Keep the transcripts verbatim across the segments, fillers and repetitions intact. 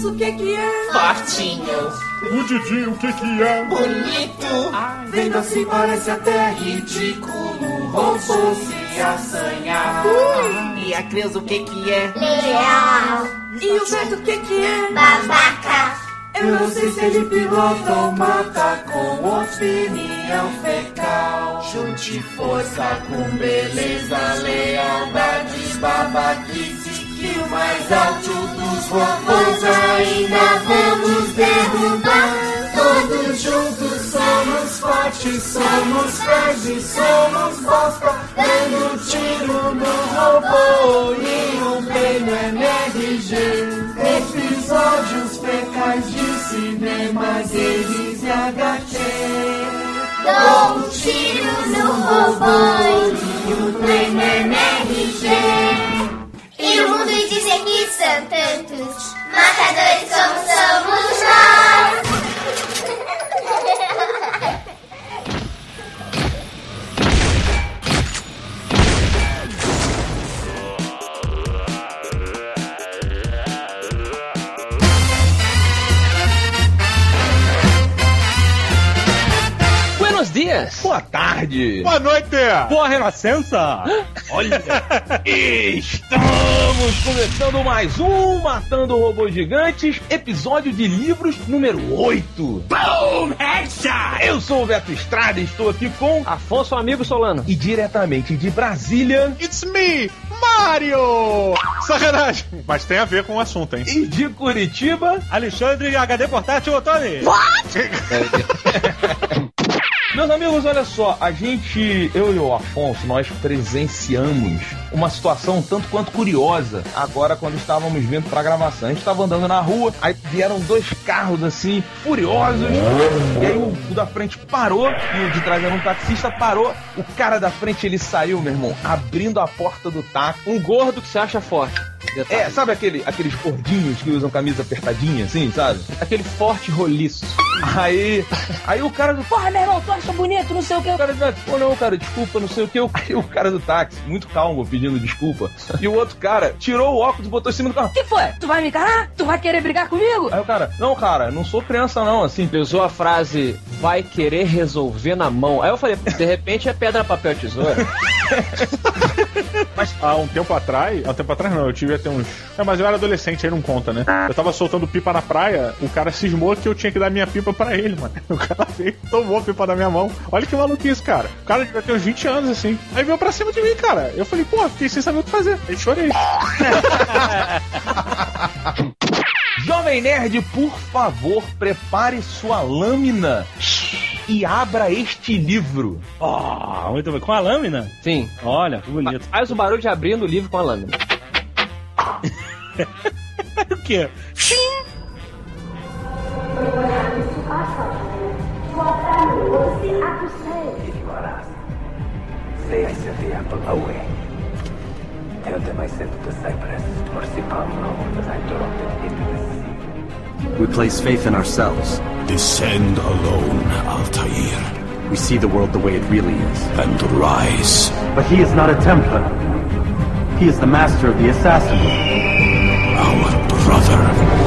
Carlos, o que que é? Fortinho. O Didi, o que que é? Bonito. Ai, vendo assim parece até ridículo. Robô se assanhar. Ui. E a Creuza, o que que é? Leal. E o Beto, o que que é? Babaca. Eu não sei se ele pilota ou mata com opinião fecal. Junte força com beleza, lealdade, babaquice. E o mais alto dos robôs ainda vamos derrubar. Todos juntos somos fortes, somos fezes, somos bosta. Dando tiro no robô e o bem no M R G. Episódios fecais de cinema, games e H Q. Dou um tiro no robô e o bem no M R G. E o mundo dizem que são tantos matadores como somos nós. Buenos dias. Boa tarde. Boa noite. Boa renascença. Olha, estamos começando mais um Matando Robôs Gigantes, episódio de livros número oito. Boom, headshot! Eu sou o Beto Estrada e estou aqui com Afonso Amigo Solano. E diretamente de Brasília, It's me, Mario. Sacanagem. Mas tem a ver com o assunto, hein? e de Curitiba, Alexandre H D Portátil Otoni. Meus amigos, olha só, a gente, eu e o Afonso, nós presenciamos uma situação um tanto quanto curiosa agora quando estávamos vindo pra gravação. A gente estava andando na rua, aí vieram dois carros assim, furiosos, e aí o, o da frente parou, e o de trás era um taxista, parou, o cara da frente ele saiu, meu irmão, abrindo a porta do táxi. Um gordo que se acha forte. É, sabe aquele, aqueles gordinhos que usam camisa apertadinha, assim, sabe? Aquele forte roliço. Aí, aí o cara do, porra, meu irmão, tu acha bonito, não sei o que. O cara do, pô, não, cara, desculpa, não sei o que. Aí o cara do táxi, muito calmo, pedindo desculpa. E o outro cara tirou o óculos e botou em cima do carro. O que foi? Tu vai me encarar? Tu vai querer brigar comigo? Aí o cara, não, cara, não sou criança não, assim. Ele usou a frase, vai querer resolver na mão. Aí eu falei, de repente é pedra, papel, tesoura. Mas há um tempo atrás, há um tempo atrás não, eu tive até uns... É, mas eu era adolescente, aí não conta, né? Eu tava soltando pipa na praia, o cara cismou que eu tinha que dar minha pipa pra ele, mano. O cara veio, tomou a pipa da minha mão. Olha que maluquice, cara. O cara devia ter uns vinte anos, assim. Aí veio pra cima de mim, cara. Eu falei, pô, fiquei sem saber o que fazer. Aí chorei. Jovem Nerd, por favor, prepare sua lâmina e abra este livro. Oh, muito bem. Com a lâmina? Sim. Olha, que bonito. Faz o barulho de abrindo o livro com a lâmina. O quê? We place faith in ourselves. Descend alone, Altair. We see the world the way it really is. And rise. But he is not a Templar. He is the master of the assassin. Our brother.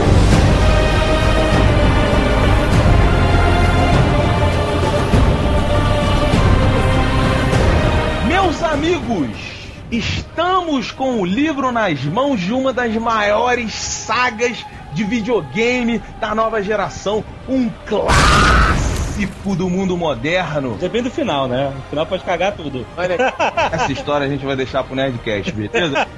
Meus amigos, estamos com o livro nas mãos de uma das maiores sagas de videogame da nova geração, um clássico do mundo moderno. Depende do final, né? O final pode cagar tudo. Olha, Essa história a gente vai deixar pro Nerdcast, beleza?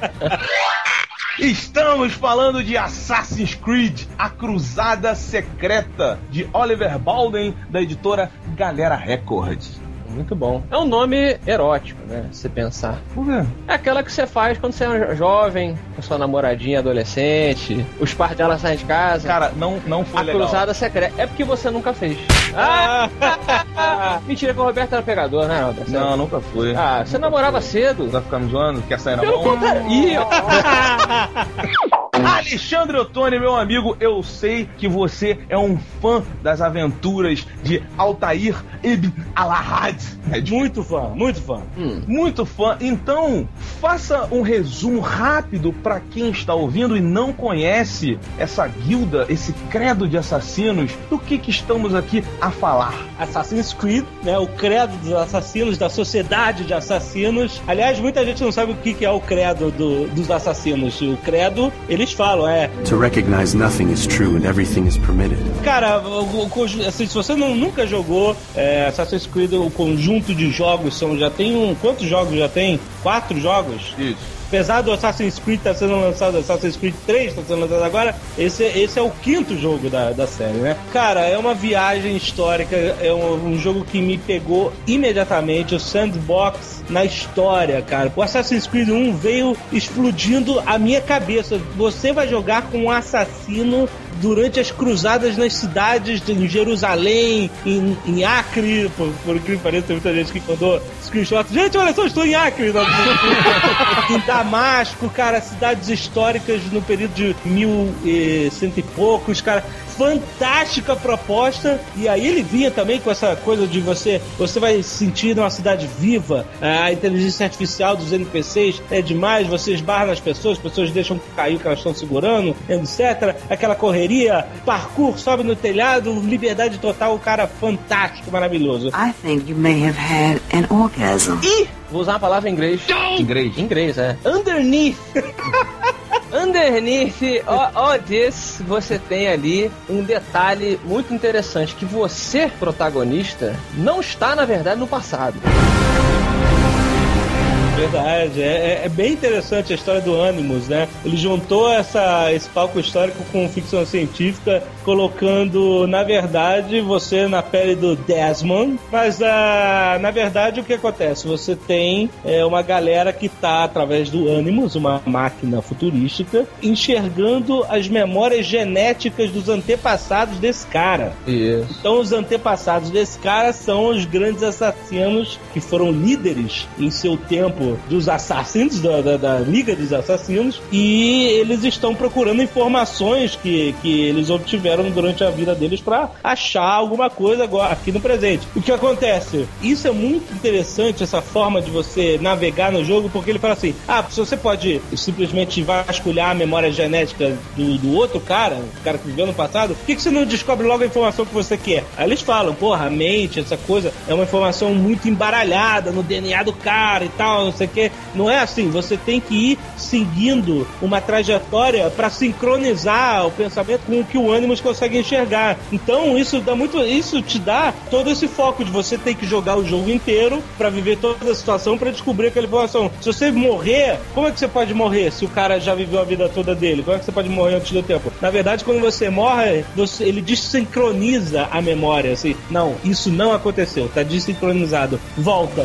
Estamos falando de Assassin's Creed, a Cruzada Secreta, de Oliver Bowden, da editora Galera Records. muito bom. É um nome erótico, né? Se você pensar. Por quê? É aquela que você faz quando você é jovem, com sua namoradinha adolescente, os pais dela saem de casa. Cara, não, não foi a legal. cruzada secreta. É porque você nunca fez. Ah! Mentira que o Roberto era pegador, né, Roberto? Não, nunca fui. Ah, você namorava cedo? Vai ficar me zoando? Quer sair na Pelo mão? contrário. Ih, ó. Alexandre Ottoni, meu amigo, eu sei que você é um fã das aventuras de Altair Ibn Alahad. É muito fã, muito fã. Hum. Muito fã. Então, faça um resumo rápido para quem está ouvindo e não conhece essa guilda, esse credo de assassinos, do que, que estamos aqui a falar. Assassin's Creed, né? O credo dos assassinos, da sociedade de assassinos. Aliás, muita gente não sabe o que, que é o credo do, dos assassinos. O credo, eles falam, é... To recognize nothing is true and everything is permitted. Cara, o, o, assim, se você não, nunca jogou é, Assassin's Creed, o conjunto de jogos são, já tem um... Quantos jogos já tem? Quatro jogos? Isso. Apesar do Assassin's Creed estar tá sendo lançado, Assassin's Creed três está sendo lançado agora, esse, esse é o quinto jogo da, da série, né? Cara, é uma viagem histórica, é um, um jogo que me pegou imediatamente, o sandbox na história, cara. O Assassin's Creed um veio explodindo a minha cabeça. Você vai jogar com um assassino durante as cruzadas nas cidades de Jerusalém, em, em Acre, por, por que pareça, tem muita gente que mandou screenshot. Gente, olha só, estou em Acre. Em Damasco, cara, cidades históricas no período de mil e cento e poucos, cara. Fantástica proposta. E aí ele vinha também com essa coisa de você você vai sentir numa cidade viva. A inteligência artificial dos N P Cs é demais, você esbarra nas pessoas, as pessoas deixam cair o que elas estão segurando, etcétera. Aquela correria, parkour, sobe no telhado, liberdade total, o cara fantástico, maravilhoso. I think you may have had an orgasm. Ih! Vou usar uma palavra em inglês. Inglês. Inglês, é. Underneath. Underneath all, all this, você tem ali um detalhe muito interessante, que você, protagonista, não está, na verdade, no passado. Verdade, é, é bem interessante a história do Animus, né? Ele juntou essa, esse palco histórico com ficção científica, colocando, na verdade, você na pele do Desmond, mas ah, na verdade o que acontece? Você tem é, uma galera que está, através do Animus, uma máquina futurística, enxergando as memórias genéticas dos antepassados desse cara. Isso. Então os antepassados desse cara são os grandes assassinos que foram líderes em seu tempo dos assassinos, da, da, da Liga dos Assassinos, e eles estão procurando informações que, que eles obtiveram durante a vida deles para achar alguma coisa agora, aqui no presente. O que acontece? Isso é muito interessante, essa forma de você navegar no jogo, porque ele fala assim, ah, se você pode simplesmente vasculhar a memória genética do, do outro cara, o cara que viveu no passado, por que, que você não descobre logo a informação que você quer? Aí eles falam, porra, a mente, essa coisa, é uma informação muito embaralhada no D N A do cara e tal, não sei o que. Não é assim, você tem que ir seguindo uma trajetória para sincronizar o pensamento com o que o Animus consegue enxergar. Então isso dá muito, isso te dá todo esse foco de você ter que jogar o jogo inteiro para viver toda a situação, para descobrir aquela informação. Se você morrer, como é que você pode morrer se o cara já viveu a vida toda dele? Como é que você pode morrer antes do tempo? Na verdade, quando você morre, você, ele desincroniza a memória, assim, não, isso não aconteceu, tá desincronizado, volta.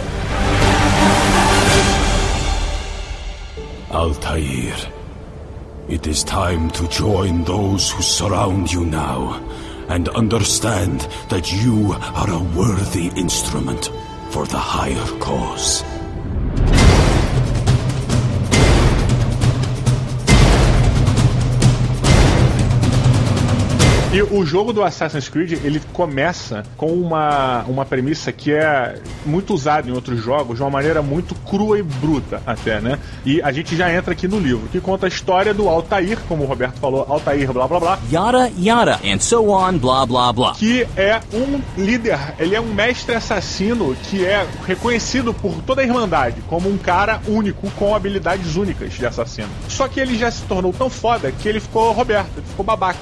Altair, it is time to join those who surround you now, and understand that you are a worthy instrument for the higher cause. E o jogo do Assassin's Creed, ele começa com uma, uma premissa que é muito usada em outros jogos de uma maneira muito crua e bruta até, né? E a gente já entra aqui no livro, que conta a história do Altair, como o Roberto falou, Altair blá blá blá. Yada, yada, and so on, blá blá blá. Que é um líder, ele é um mestre assassino que é reconhecido por toda a Irmandade como um cara único, com habilidades únicas de assassino. Só que ele já se tornou tão foda que ele ficou Roberto, ele ficou babaca.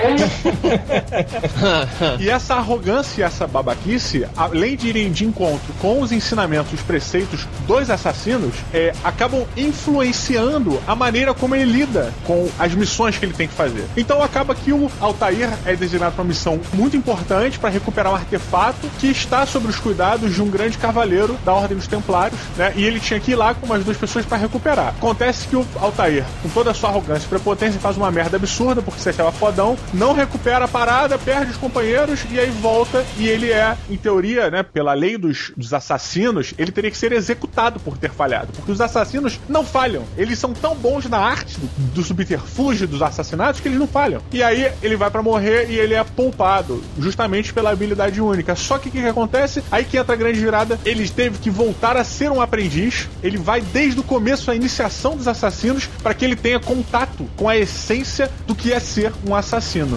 E essa arrogância e essa babaquice, além de irem de encontro com os ensinamentos, os preceitos dos assassinos, é, acabam influenciando a maneira como ele lida com as missões que ele tem que fazer. Então acaba que o Altair é designado para uma missão muito importante para recuperar um artefato que está sob os cuidados de um grande cavaleiro da Ordem dos Templários, né? E ele tinha que ir lá com umas duas pessoas para recuperar. Acontece que o Altair, com toda a sua arrogância e prepotência, faz uma merda absurda porque você estava fodão, não recupera para a parada, perde os companheiros e aí volta e ele é, em teoria, né, pela lei dos, dos assassinos, ele teria que ser executado por ter falhado, porque os assassinos não falham. Eles são tão bons na arte do, do subterfúgio dos assassinatos que eles não falham. E aí ele vai pra morrer e ele é poupado, justamente pela habilidade única. Só que o que, que acontece? Aí que entra a grande virada, ele teve que voltar a ser um aprendiz, ele vai desde o começo à iniciação dos assassinos para que ele tenha contato com a essência do que é ser um assassino.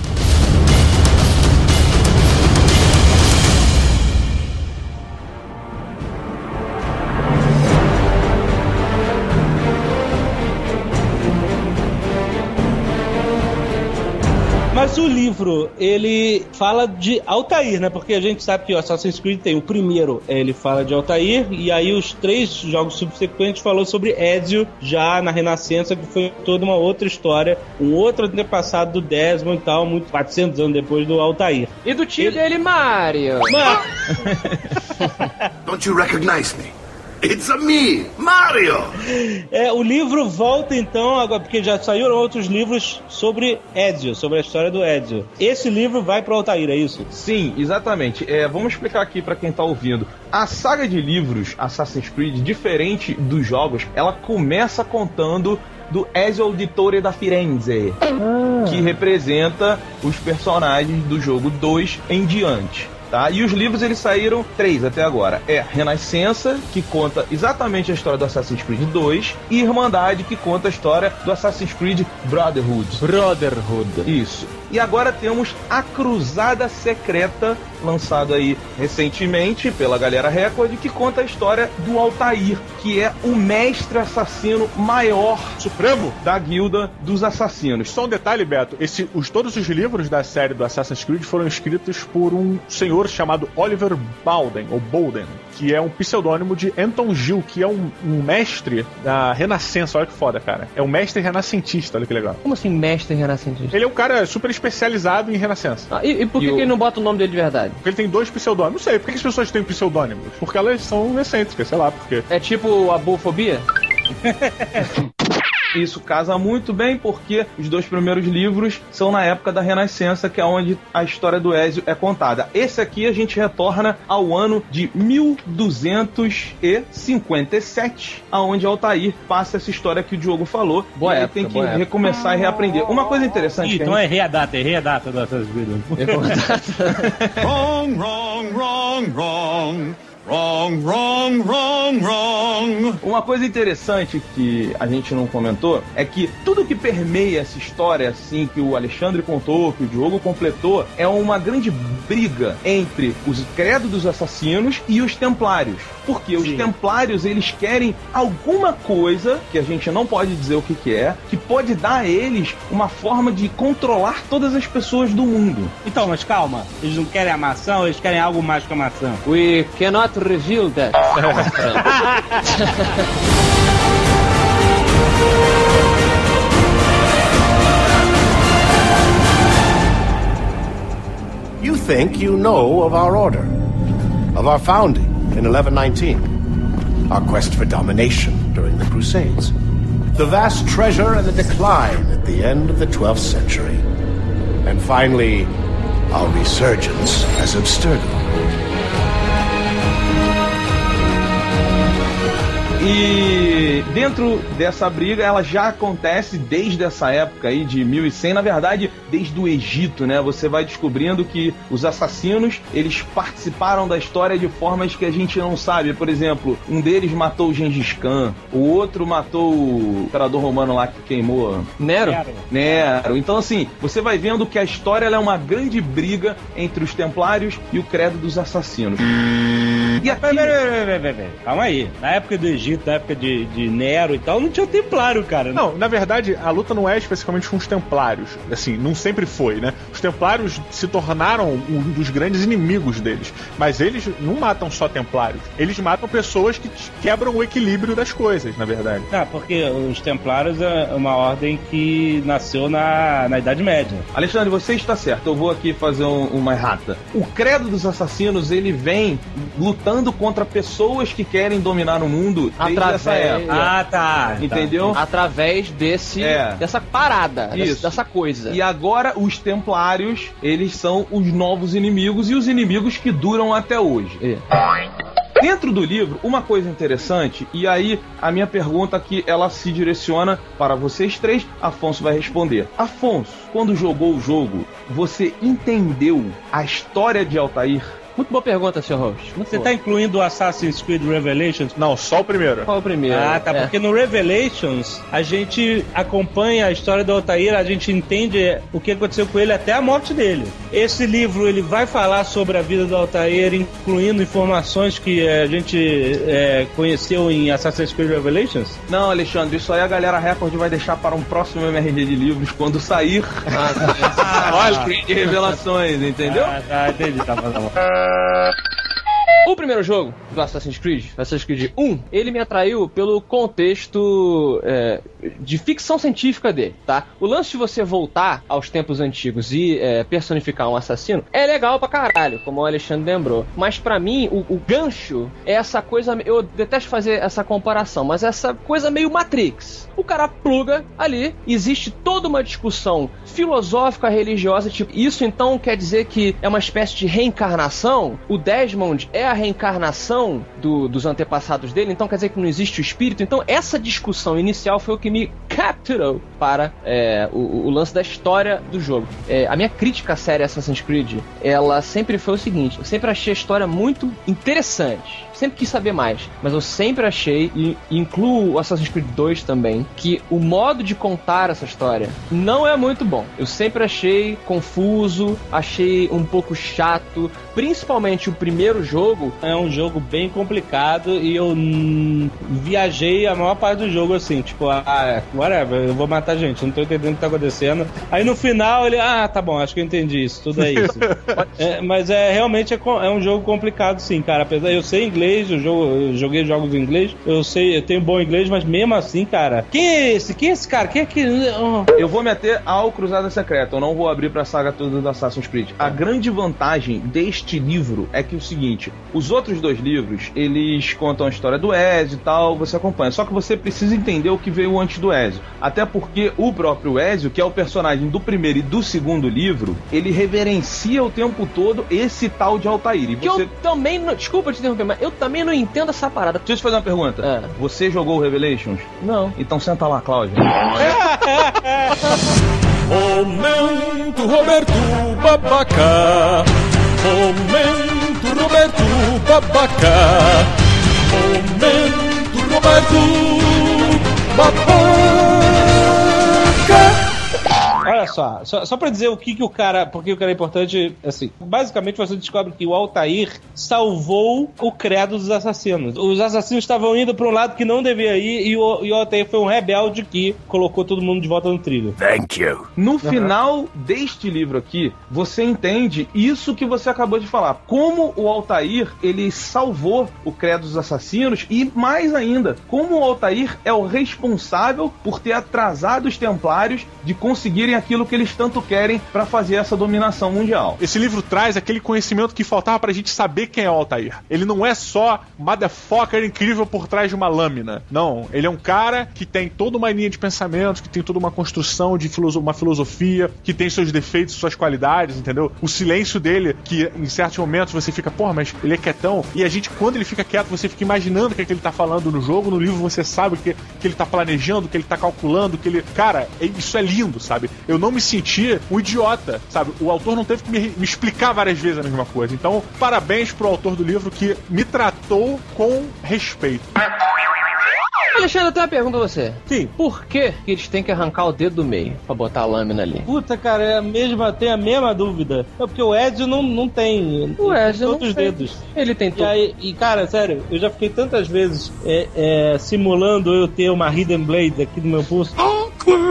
Mas o livro, ele fala de Altair, né? Porque a gente sabe que o Assassin's Creed tem o primeiro, ele fala de Altair, e aí os três jogos subsequentes falou sobre Ezio, já na Renascença, que foi toda uma outra história, um outro antepassado do Desmond e tal, muito quatrocentos anos depois do Altair. E do tio ele... dele, Mario. Ma... Don't you recognize me? It's a me, Mario! É, o livro volta então, agora, porque já saíram outros livros sobre Ezio, sobre a história do Ezio. Esse livro vai para Altair, é isso? Sim, exatamente. É, vamos explicar aqui para quem tá ouvindo. A saga de livros Assassin's Creed, diferente dos jogos, ela começa contando do Ezio Auditore da Firenze, ah. que representa os personagens do jogo dois em diante. Tá? E os livros eles saíram três até agora. É Renascença, que conta exatamente a história do Assassin's Creed dois, e Irmandade, que conta a história do Assassin's Creed Brotherhood. Brotherhood. Isso. E agora temos A Cruzada Secreta, lançado aí recentemente pela Galera Record, que conta a história do Altair, que é o mestre assassino maior supremo da guilda dos assassinos. Só um detalhe, Beto, esse, os, todos os livros da série do Assassin's Creed foram escritos por um senhor chamado Oliver Bowden, ou Bowden, que é um pseudônimo de Anton Gil, que é um, um mestre da Renascença. Olha que foda, cara. É um mestre renascentista, olha que legal. Como assim, mestre renascentista? Ele é um cara super especializado em Renascença. Ah, e, e por que, e que o... ele não bota o nome dele de verdade? Porque ele tem dois pseudônimos. Não sei, por que as pessoas têm pseudônimos? Porque elas são excêntricas, sei lá, porque... É tipo a bufobia? Isso casa muito bem porque os dois primeiros livros são na época da Renascença, que é onde a história do Ezio é contada. Esse aqui a gente retorna ao ano de mil duzentos e cinquenta e sete, aonde Altair passa essa história que o Diogo falou. Boa e época, tem que boa recomeçar época. e reaprender. Uma coisa interessante... Ih, que então a gente... é readata, é readata dessas vidas. Wrong, wrong, wrong, wrong. Wrong, wrong, wrong, wrong. Uma coisa interessante que a gente não comentou é que tudo que permeia essa história, assim, que o Alexandre contou, que o Diogo completou, é uma grande briga entre os credos dos assassinos e os templários. Porque os templários, eles querem alguma coisa, que a gente não pode dizer o que que é, que pode dar a eles uma forma de controlar todas as pessoas do mundo. Então, mas calma, eles não querem a maçã, eles querem algo mais que a maçã. We cannot reveal that. You think you know of our order, of our founding in eleven nineteen, our quest for domination during the Crusades, the vast treasure and the decline at the end of the twelfth century, and finally, our resurgence as Abstergo. E dentro dessa briga, ela já acontece desde essa época aí de mil e cem, na verdade, desde o Egito, né? Você vai descobrindo que os assassinos, eles participaram da história de formas que a gente não sabe. Por exemplo, um deles matou o Gengis Khan, o outro matou o imperador romano lá que queimou... Nero? Nero. Então, assim, você vai vendo que a história ela é uma grande briga entre os templários e o credo dos assassinos. E aqui... Pera, pera, pera, pera. Calma aí. Na época do Egito, na época de, de Nero e tal, não tinha templário, cara. Não, na verdade, a luta não é especificamente com os templários. Assim, não sempre foi, né? Os templários se tornaram um dos grandes inimigos deles. Mas eles não matam só templários. Eles matam pessoas que quebram o equilíbrio das coisas, na verdade. Ah, porque os templários é uma ordem que nasceu na, na Idade Média. Alexandre, você está certo. Eu vou aqui fazer um, uma errata. O credo dos assassinos, ele vem lutando lutando contra pessoas que querem dominar o mundo desde essa época. Ah, tá. Então. Dominar o mundo desde Através- essa época. Ah, tá. Entendeu? Através desse, É. dessa parada, Isso. dessa, dessa coisa. E agora os Templários, eles são os novos inimigos e os inimigos que duram até hoje. É. Dentro do livro, uma coisa interessante, e aí a minha pergunta aqui, ela se direciona para vocês três, Afonso vai responder. Afonso, quando jogou o jogo, você entendeu a história de Altair? Muito boa pergunta, senhor Host. Muito Você boa. tá incluindo o Assassin's Creed Revelations? Não, só o primeiro. Qual é o primeiro? Ah, tá, É. porque no Revelations a gente acompanha a história do Altair, a gente entende o que aconteceu com ele até a morte dele. Esse livro, ele vai falar sobre a vida do Altair, incluindo informações que eh, a gente eh, conheceu em Assassin's Creed Revelations? Não, Alexandre, isso aí a galera Record vai deixar para um próximo M R G de livros quando sair Assassin's Creed Revelações, entendeu? Ah, tá, entendi, tá bom, tá bom. O primeiro jogo do Assassin's Creed, Assassin's Creed um, ele me atraiu pelo contexto é, de ficção científica dele, tá? O lance de você voltar aos tempos antigos e é, personificar um assassino é legal pra caralho, como o Alexandre lembrou. Mas pra mim, o, o gancho é essa coisa... Eu detesto fazer essa comparação, mas essa coisa meio Matrix. O cara pluga ali, existe toda uma discussão filosófica, religiosa, tipo, isso então quer dizer que é uma espécie de reencarnação? O Desmond é a reencarnação do, dos antepassados dele, então quer dizer que não existe o espírito? Então essa discussão inicial foi o que me capturou para é, o, o lance da história do jogo. É, a minha crítica à série Assassin's Creed, ela sempre foi o seguinte, eu sempre achei a história muito interessante, sempre quis saber mais, mas eu sempre achei, e incluo o Assassin's Creed dois também, que o modo de contar essa história não é muito bom. Eu sempre achei confuso, achei um pouco chato, principalmente o primeiro jogo. É um jogo bem complicado e eu hum, viajei a maior parte do jogo assim, tipo, ah, whatever, eu vou matar gente, não tô entendendo o que tá acontecendo. Aí no final ele, ah, tá bom, acho que eu entendi isso, tudo é isso. É, mas é realmente é, é um jogo complicado sim, cara, apesar eu sei inglês, eu, jogo, eu joguei jogos em inglês, eu sei, eu tenho bom inglês, mas mesmo assim, cara, quem é esse? Quem é esse cara? Quem é que... Oh. Eu vou me ater ao Cruzada Secreta, eu não vou abrir pra saga toda do Assassin's Creed. A grande vantagem deste livro é que é o seguinte, os outros dois livros, eles contam a história do Ezio e tal, você acompanha, só que você precisa entender o que veio antes do Ezio, até porque o próprio Ezio, que é o personagem do primeiro e do segundo livro, ele reverencia o tempo todo esse tal de Altair. E Que você... eu também não... Desculpa te interromper, mas eu também não entendo essa parada. Deixa eu te fazer uma pergunta. É. Você jogou o Revelations? Não. Então senta lá, Cláudia. Momento Roberto Babaca. Momento Roberto Babaca. Momento Roberto Babaca. Olha só, só, só pra dizer o que que o cara, porque o cara é importante, assim, basicamente você descobre que o Altair salvou o credo dos assassinos. Os assassinos estavam indo pra um lado que não devia ir e o, e o Altair foi um rebelde que colocou todo mundo de volta no trilho. Thank you. No uhum. final deste livro aqui, você entende isso que você acabou de falar. Como o Altair, ele salvou o credo dos assassinos e, mais ainda, como o Altair é o responsável por ter atrasado os Templários de conseguirem aquilo que eles tanto querem pra fazer essa dominação mundial. Esse livro traz aquele conhecimento que faltava pra gente saber quem é o Altair. Ele não é só motherfucker incrível por trás de uma lâmina. Não, ele é um cara que tem toda uma linha de pensamentos, que tem toda uma construção de filoso- uma filosofia, que tem seus defeitos, suas qualidades, entendeu? O silêncio dele, que em certos momentos você fica, porra, mas ele é quietão. E a gente, quando ele fica quieto, você fica imaginando o que, é que ele tá falando no jogo. No livro você sabe o que, que ele tá planejando, o que ele tá calculando, que ele... Cara, isso é lindo, sabe? Eu não me senti um idiota, sabe? O autor não teve que me, me explicar várias vezes a mesma coisa. Então, parabéns pro autor do livro que me tratou com respeito. Alexandre, eu tenho uma pergunta pra você. Sim. Por que eles têm que arrancar o dedo do meio pra botar a lâmina ali? Puta, cara, é a mesma, tem a mesma dúvida. É porque o Ezio não, não tem o Ezio todos não os tem. dedos. Ele tem E, aí, e, cara, sério, eu já fiquei tantas vezes é, é, simulando eu ter uma Hidden Blade aqui no meu pulso.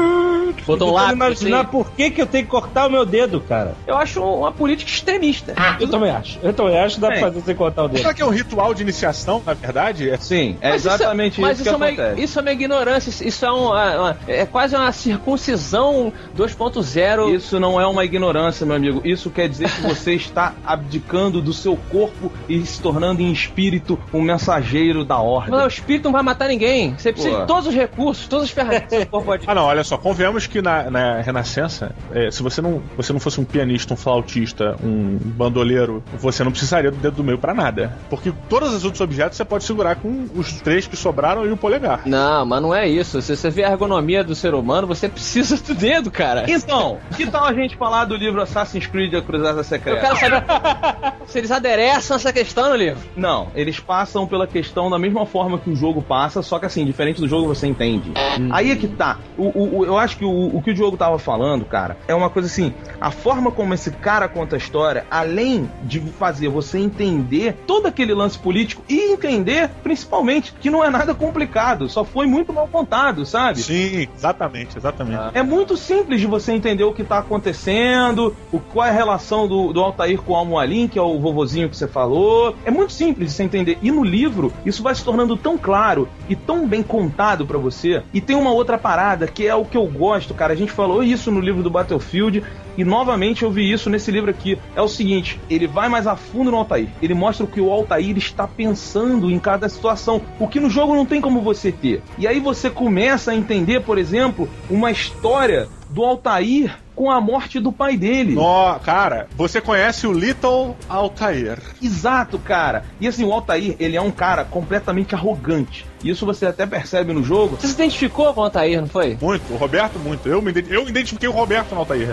Botou um Eu lápis, imaginar assim. por que, que eu tenho que cortar o meu dedo, cara. Eu acho uma política extremista. Eu também acho. Eu também acho que dá É. pra fazer sem cortar o dedo. Será que é um ritual de iniciação, na verdade? É... Sim, é Mas exatamente isso, mas isso que isso é uma, acontece. isso é uma ignorância, isso- isso é, uma, uma- é quase uma circuncisão dois ponto zero. Isso não é uma ignorância, meu amigo. Isso quer dizer que você está abdicando do seu corpo e se tornando em espírito um mensageiro da ordem. Mas o espírito não vai matar ninguém. Você precisa Pô. de todos os recursos, todas as ferramentas que o corpo pode. Ah, não, olha só, convenhamos que na, na Renascença, é, se você não, você não fosse um pianista, um flautista, um bandoleiro, você não precisaria do dedo do meio pra nada. Porque todos os outros objetos você pode segurar com os três que sobraram e o polegar. Não, mas não é isso. Se você vê a ergonomia do ser humano, você precisa do dedo, cara. Então, que tal a gente falar do livro Assassin's Creed A Cruzada Secreta? Eu quero saber se eles adereçam essa questão no livro. Não, eles passam pela questão da mesma forma que o jogo passa, só que assim, diferente do jogo você entende. Hum. Aí é que tá. O, o, o- eu acho que o, o que o Diogo tava falando, cara, é uma coisa assim, a forma como esse cara conta a história, além de fazer você entender todo aquele lance político e entender, principalmente, que não é nada complicado, só foi muito mal contado, sabe? Sim, exatamente, exatamente. É muito simples de você entender o que tá acontecendo, o, qual é a relação do, do Altair com o Al-Mualim, que é o vovozinho que você falou. É muito simples de você entender. E no livro, isso vai se tornando tão claro e tão bem contado pra você. E tem uma outra parada que é o que eu gosto, cara. A gente falou isso no livro do Battlefield e novamente eu vi isso nesse livro aqui. É o seguinte, ele vai mais a fundo no Altair. Ele mostra o que o Altair está pensando em cada situação, o que no jogo não tem como você ter. E aí você começa a entender, por exemplo, uma história do Altair com a morte do pai dele. Ó, cara, você conhece o Little Altair. Exato, cara. E assim, o Altair, ele é um cara completamente arrogante. Isso você até percebe no jogo. Você se identificou com o Altair, não foi? Muito, o Roberto muito. Eu me identi- eu identifiquei o Roberto no Altair.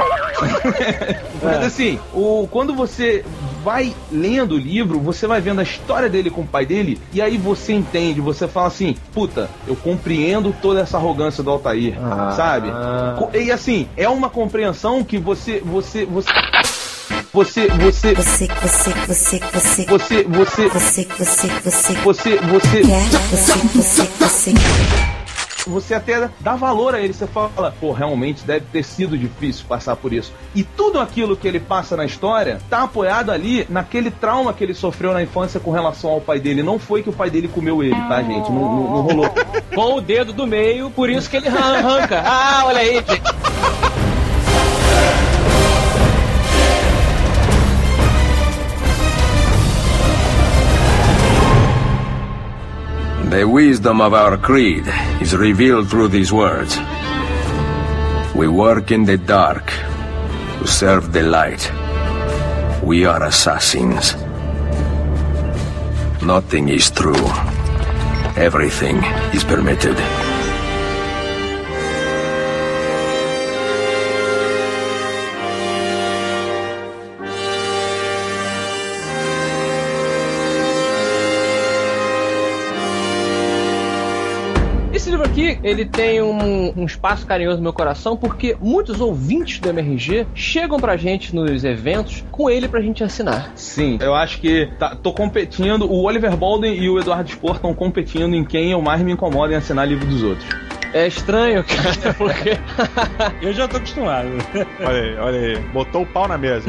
Mas assim, o, quando você vai lendo o livro, você vai vendo a história dele com o pai dele, e aí você entende, você fala assim, puta, eu compreendo toda essa arrogância do Altair, Ah. sabe? Co- E assim, é uma compreensão que você, você, você... Você, você, Você, você, você, você, você, você, você, você, você, você, você, quer, você, você, você. você até dá valor a ele, você fala, pô, realmente deve ter sido difícil passar por isso. E tudo aquilo que ele passa na história tá apoiado ali naquele trauma que ele sofreu na infância com relação ao pai dele. Não foi que o pai dele comeu ele, tá, gente? Não, não, não rolou. Com o dedo do meio, por isso que ele arranca. Ah, olha aí, gente. The wisdom of our creed is revealed through these words. We work in the dark to serve the light. We are assassins. Nothing is true. Everything is permitted. Esse livro aqui, ele tem um, um espaço carinhoso no meu coração porque muitos ouvintes do M R G chegam pra gente nos eventos com ele pra gente assinar. Sim, eu acho que tá, tô competindo, o Oliver Bolden e o Eduardo Spor estão competindo em quem eu mais me incomodo em assinar livro dos outros. É estranho, cara, porque... Eu já tô acostumado. Olha aí, olha aí. Botou o pau na mesa.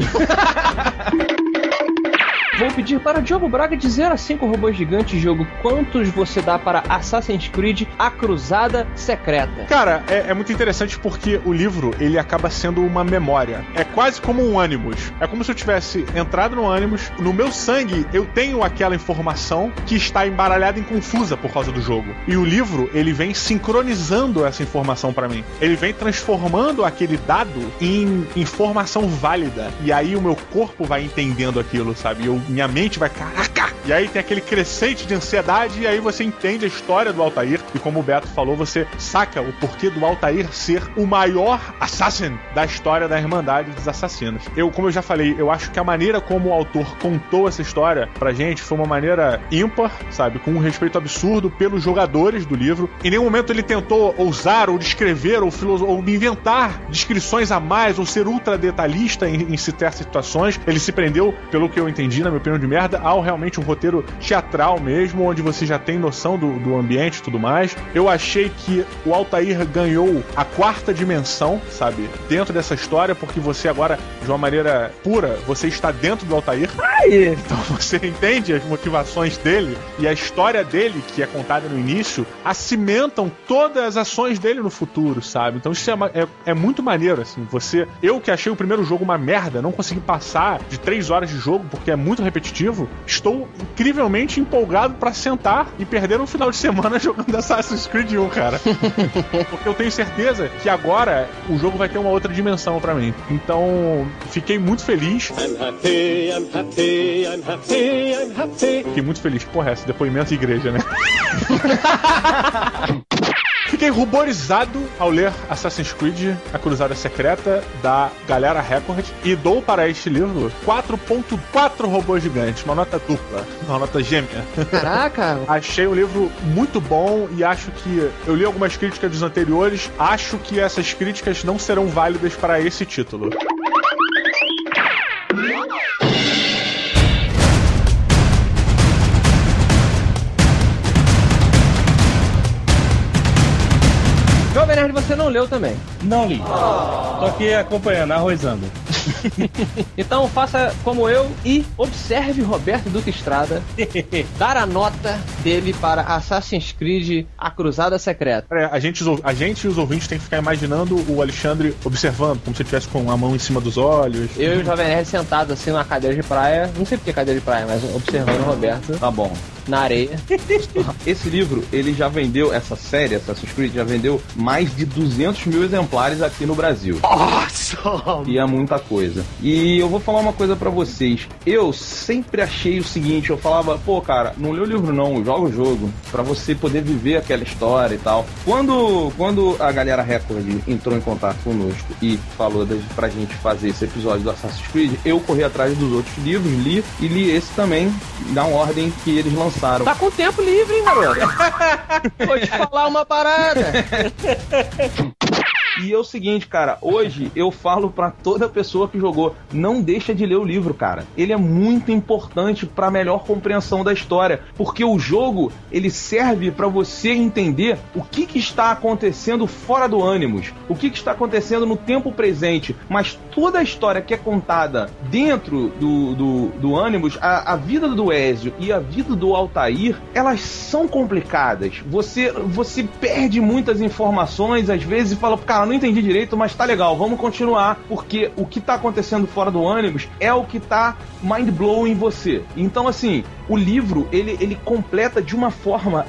Vou pedir para o Diogo Braga dizer a cinco robôs gigantes, Diogo, quantos você dá para Assassin's Creed A Cruzada Secreta? Cara, é, é muito interessante porque o livro, ele acaba sendo uma memória. É quase como um Animus. É como se eu tivesse entrado no Animus, no meu sangue eu tenho aquela informação que está embaralhada e confusa por causa do jogo. E o livro, ele vem sincronizando essa informação pra mim. Ele vem transformando aquele dado em informação válida. E aí o meu corpo vai entendendo aquilo, sabe? Eu, minha mente vai, caraca! E aí tem aquele crescente de ansiedade e aí você entende a história do Altair. E como o Beto falou, você saca o porquê do Altair ser o maior assassin da história da Irmandade dos Assassinos. Eu, como eu já falei, eu acho que a maneira como o autor contou essa história pra gente foi uma maneira ímpar, sabe? Com um respeito absurdo pelos jogadores do livro. Em nenhum momento ele tentou ousar ou descrever ou, filoso- ou inventar descrições a mais ou ser ultra detalhista em, em citar situações. Ele se prendeu, pelo que eu entendi na minha opinião, de merda, ao realmente um roteiro teatral mesmo, onde você já tem noção do, do ambiente e tudo mais. Eu achei que o Altair ganhou a quarta dimensão, sabe? Dentro dessa história, porque você agora, de uma maneira pura, você está dentro do Altair. Ai. Então você entende as motivações dele e a história dele, que é contada no início, acimentam todas as ações dele no futuro, sabe? Então isso é, é, é muito maneiro, assim. Você, eu que achei o primeiro jogo uma merda, não consegui passar de três horas de jogo porque é muito repetitivo, estou incrivelmente empolgado pra sentar e perder um final de semana jogando Assassin's Creed um, cara. Porque eu tenho certeza que agora o jogo vai ter uma outra dimensão pra mim. Então, fiquei muito feliz. I'm happy, I'm happy, I'm happy, I'm happy. Fiquei muito feliz. Porra, esse depoimento de igreja, né? Fiquei ruborizado ao ler Assassin's Creed, A Cruzada Secreta, da Galera Record, e dou para este livro quatro ponto quatro robôs gigantes, uma nota dupla, uma nota gêmea. Caraca! Achei o livro muito bom e acho que... Eu li algumas críticas dos anteriores, acho que essas críticas não serão válidas para esse título. Jovem Nerd, você não leu também? Não li. Oh. Tô aqui acompanhando, arrozando. Então faça como eu e observe Roberto Duque Estrada dar a nota dele para Assassin's Creed A Cruzada Secreta. É, a, gente, a gente e os ouvintes tem que ficar imaginando o Alexandre observando, como se ele estivesse com a mão em cima dos olhos. Eu e o Jovem Nerd sentado assim numa cadeira de praia, não sei porque cadeira de praia, mas observando o Roberto. Tá bom. Na areia. Esse livro, ele já vendeu, essa série, Assassin's Creed, já vendeu mais de duzentos mil exemplares aqui no Brasil. Awesome! E é muita coisa. E eu vou falar uma coisa pra vocês. Eu sempre achei o seguinte, eu falava, pô, cara, não lê o livro não, joga o jogo, pra você poder viver aquela história e tal. Quando, quando a Galera Record entrou em contato conosco e falou de, pra gente fazer esse episódio do Assassin's Creed, eu corri atrás dos outros livros, li, e li esse também, na ordem que eles lançaram. Tá com tempo livre, hein, garoto? Vou te falar uma parada. E é o seguinte, cara, hoje eu falo pra toda pessoa que jogou, não deixa de ler o livro, cara. Ele é muito importante pra melhor compreensão da história, porque o jogo, ele serve pra você entender o que que está acontecendo fora do Animus, o que que está acontecendo no tempo presente, mas toda a história que é contada dentro do, do, do Animus, a, a vida do Ezio e a vida do Altair, elas são complicadas. Você, você perde muitas informações, às vezes, e fala, cara, não entendi direito, mas tá legal, vamos continuar, porque o que tá acontecendo fora do Animus é o que tá mind-blowing em você. Então, assim, o livro, ele, ele completa de uma forma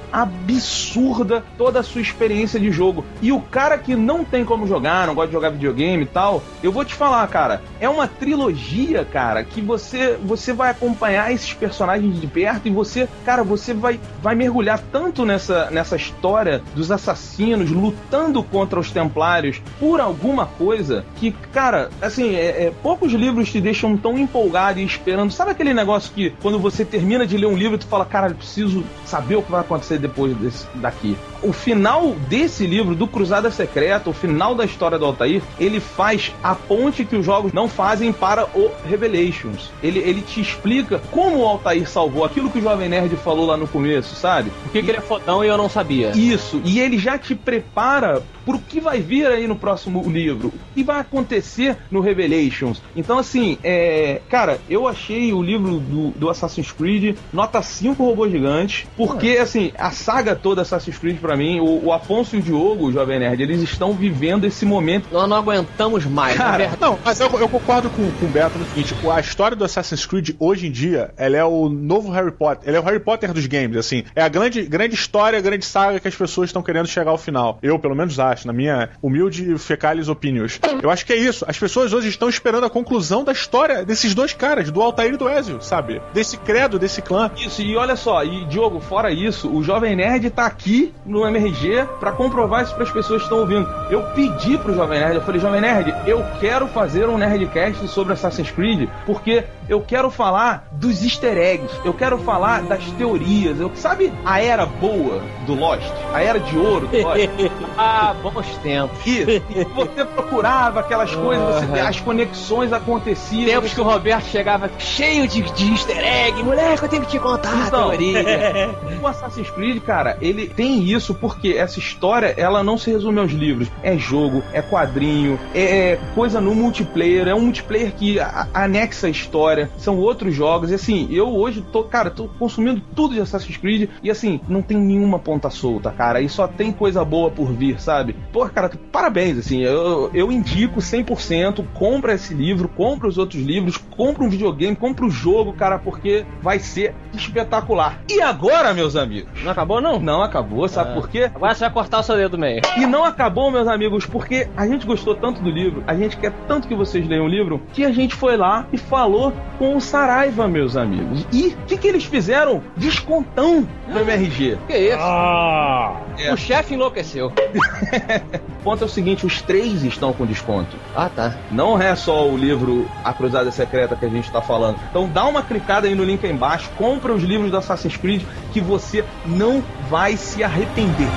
absurda toda a sua experiência de jogo. E o cara que não tem como jogar, não gosta de jogar videogame e tal, eu vou te falar, cara, é uma trilogia, cara, que você, você vai acompanhar esses personagens de perto e você, cara, você vai, vai mergulhar tanto nessa, nessa história dos assassinos lutando contra os Templários por alguma coisa que, cara, assim, é, é, poucos livros te deixam tão empolgado e esperando. Sabe aquele negócio que quando você termina de ler um livro tu fala, cara, eu preciso saber o que vai acontecer depois desse, daqui. O final desse livro, do Cruzada Secreta, o final da história do Altair, ele faz a ponte que os jogos não fazem para o Revelations. Ele, ele te explica como o Altair salvou aquilo que o Jovem Nerd falou lá no começo, sabe? Por que, que ele é fodão e eu não sabia? Isso, e ele já te prepara pro que vai vir aí no próximo livro, o que vai acontecer no Revelations. Então, assim, é... cara, eu achei o livro do, do Assassin's Creed nota cinco robôs gigantes, porque, assim, a saga toda Assassin's Creed, pra mim, o, o Afonso e o Diogo, o Jovem Nerd, eles estão vivendo esse momento. Nós não aguentamos mais, cara. Não, mas eu, eu concordo com, com o Beto no seguinte, a história do Assassin's Creed, hoje em dia, ela é o novo Harry Potter, ele é o Harry Potter dos games, assim, é a grande, grande história, a grande saga que as pessoas estão querendo chegar ao final. Eu, pelo menos, acho, na minha humilde fecalis opinions. Eu acho que é isso. As pessoas hoje estão esperando a conclusão da história desses dois caras, do Altair e do Ezio, sabe? Desse credo, desse clã. Isso, e olha só, e Diogo, fora isso, o Jovem Nerd tá aqui no M R G pra comprovar isso pras pessoas que estão ouvindo. Eu pedi pro Jovem Nerd, eu falei, Jovem Nerd, eu quero fazer um Nerdcast sobre Assassin's Creed, porque eu quero falar dos easter eggs, eu quero falar das teorias, eu, sabe a era boa do Lost? A era de ouro do Lost? Ah, bons tempos. Isso, você procurava aquelas coisas, você, as conexões aconteciam. Tempos que o Roberto chegava cheio de, de easter egg, moleque, eu tenho que te contar então, a teoria. O Assassin's Creed, cara, ele tem isso porque essa história, ela não se resume aos livros. É jogo, é quadrinho, é coisa no multiplayer, é um multiplayer que a, anexa a história, são outros jogos, e assim, eu hoje tô, cara, tô consumindo tudo de Assassin's Creed, e assim, não tem nenhuma ponta solta, cara, e só tem coisa boa por vir, sabe? Pô, cara, parabéns, assim, eu, eu indico cem por cento, compra esse livro, compra os outros livros, compra um videogame, compra o jogo, cara, porque vai ser espetacular. E agora, meus amigos? Não acabou, não? Não acabou, sabe ah. por quê? Agora você vai cortar o seu dedo do meio. E não acabou, meus amigos, porque a gente gostou tanto do livro, a gente quer tanto que vocês leiam o livro, que a gente foi lá e falou com o Saraiva, meus amigos. E o que, que eles fizeram? Descontão no M R G. Que isso? Ah, é. O chefe enlouqueceu. O ponto é o seguinte, os três estão com desconto. Ah, tá. Não é só o livro A Cruzada Secreta que a gente tá falando. Então dá uma clicada aí no link aí embaixo, compra os livros do Assassin's Creed que você não vai se arrepender.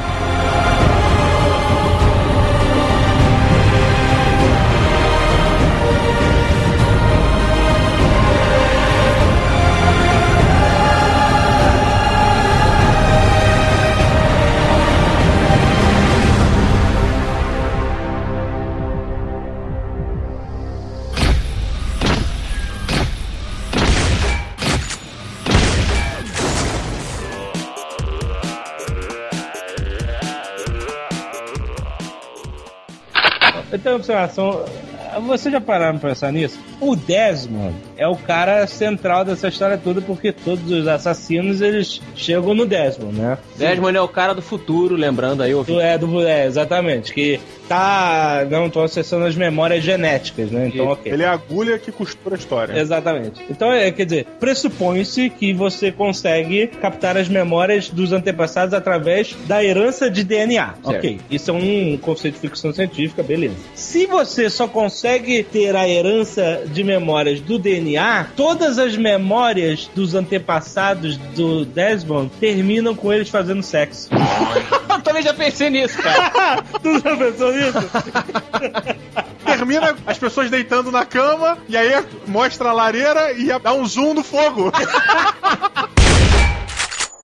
Eu tenho uma observação. Vocês já pararam pra pensar nisso? O Desmond é o cara central dessa história toda, porque todos os assassinos, eles chegam no Desmond, né? Desmond é o cara do futuro, lembrando aí. O... É, do, é, exatamente. Que tá... Não, estão acessando as memórias genéticas, né? Então, ok. Ele é a agulha que costura a história. Exatamente. Então, é, quer dizer, pressupõe-se que você consegue captar as memórias dos antepassados através da herança de D N A. Certo. Ok. Isso é um conceito de ficção científica, beleza. Se você só consegue ter a herança de memórias do D N A, todas as memórias dos antepassados do Desmond terminam com eles fazendo sexo. Eu também já pensei nisso, cara. Tu já pensou nisso? Termina as pessoas deitando na cama e aí mostra a lareira e dá um zoom no fogo.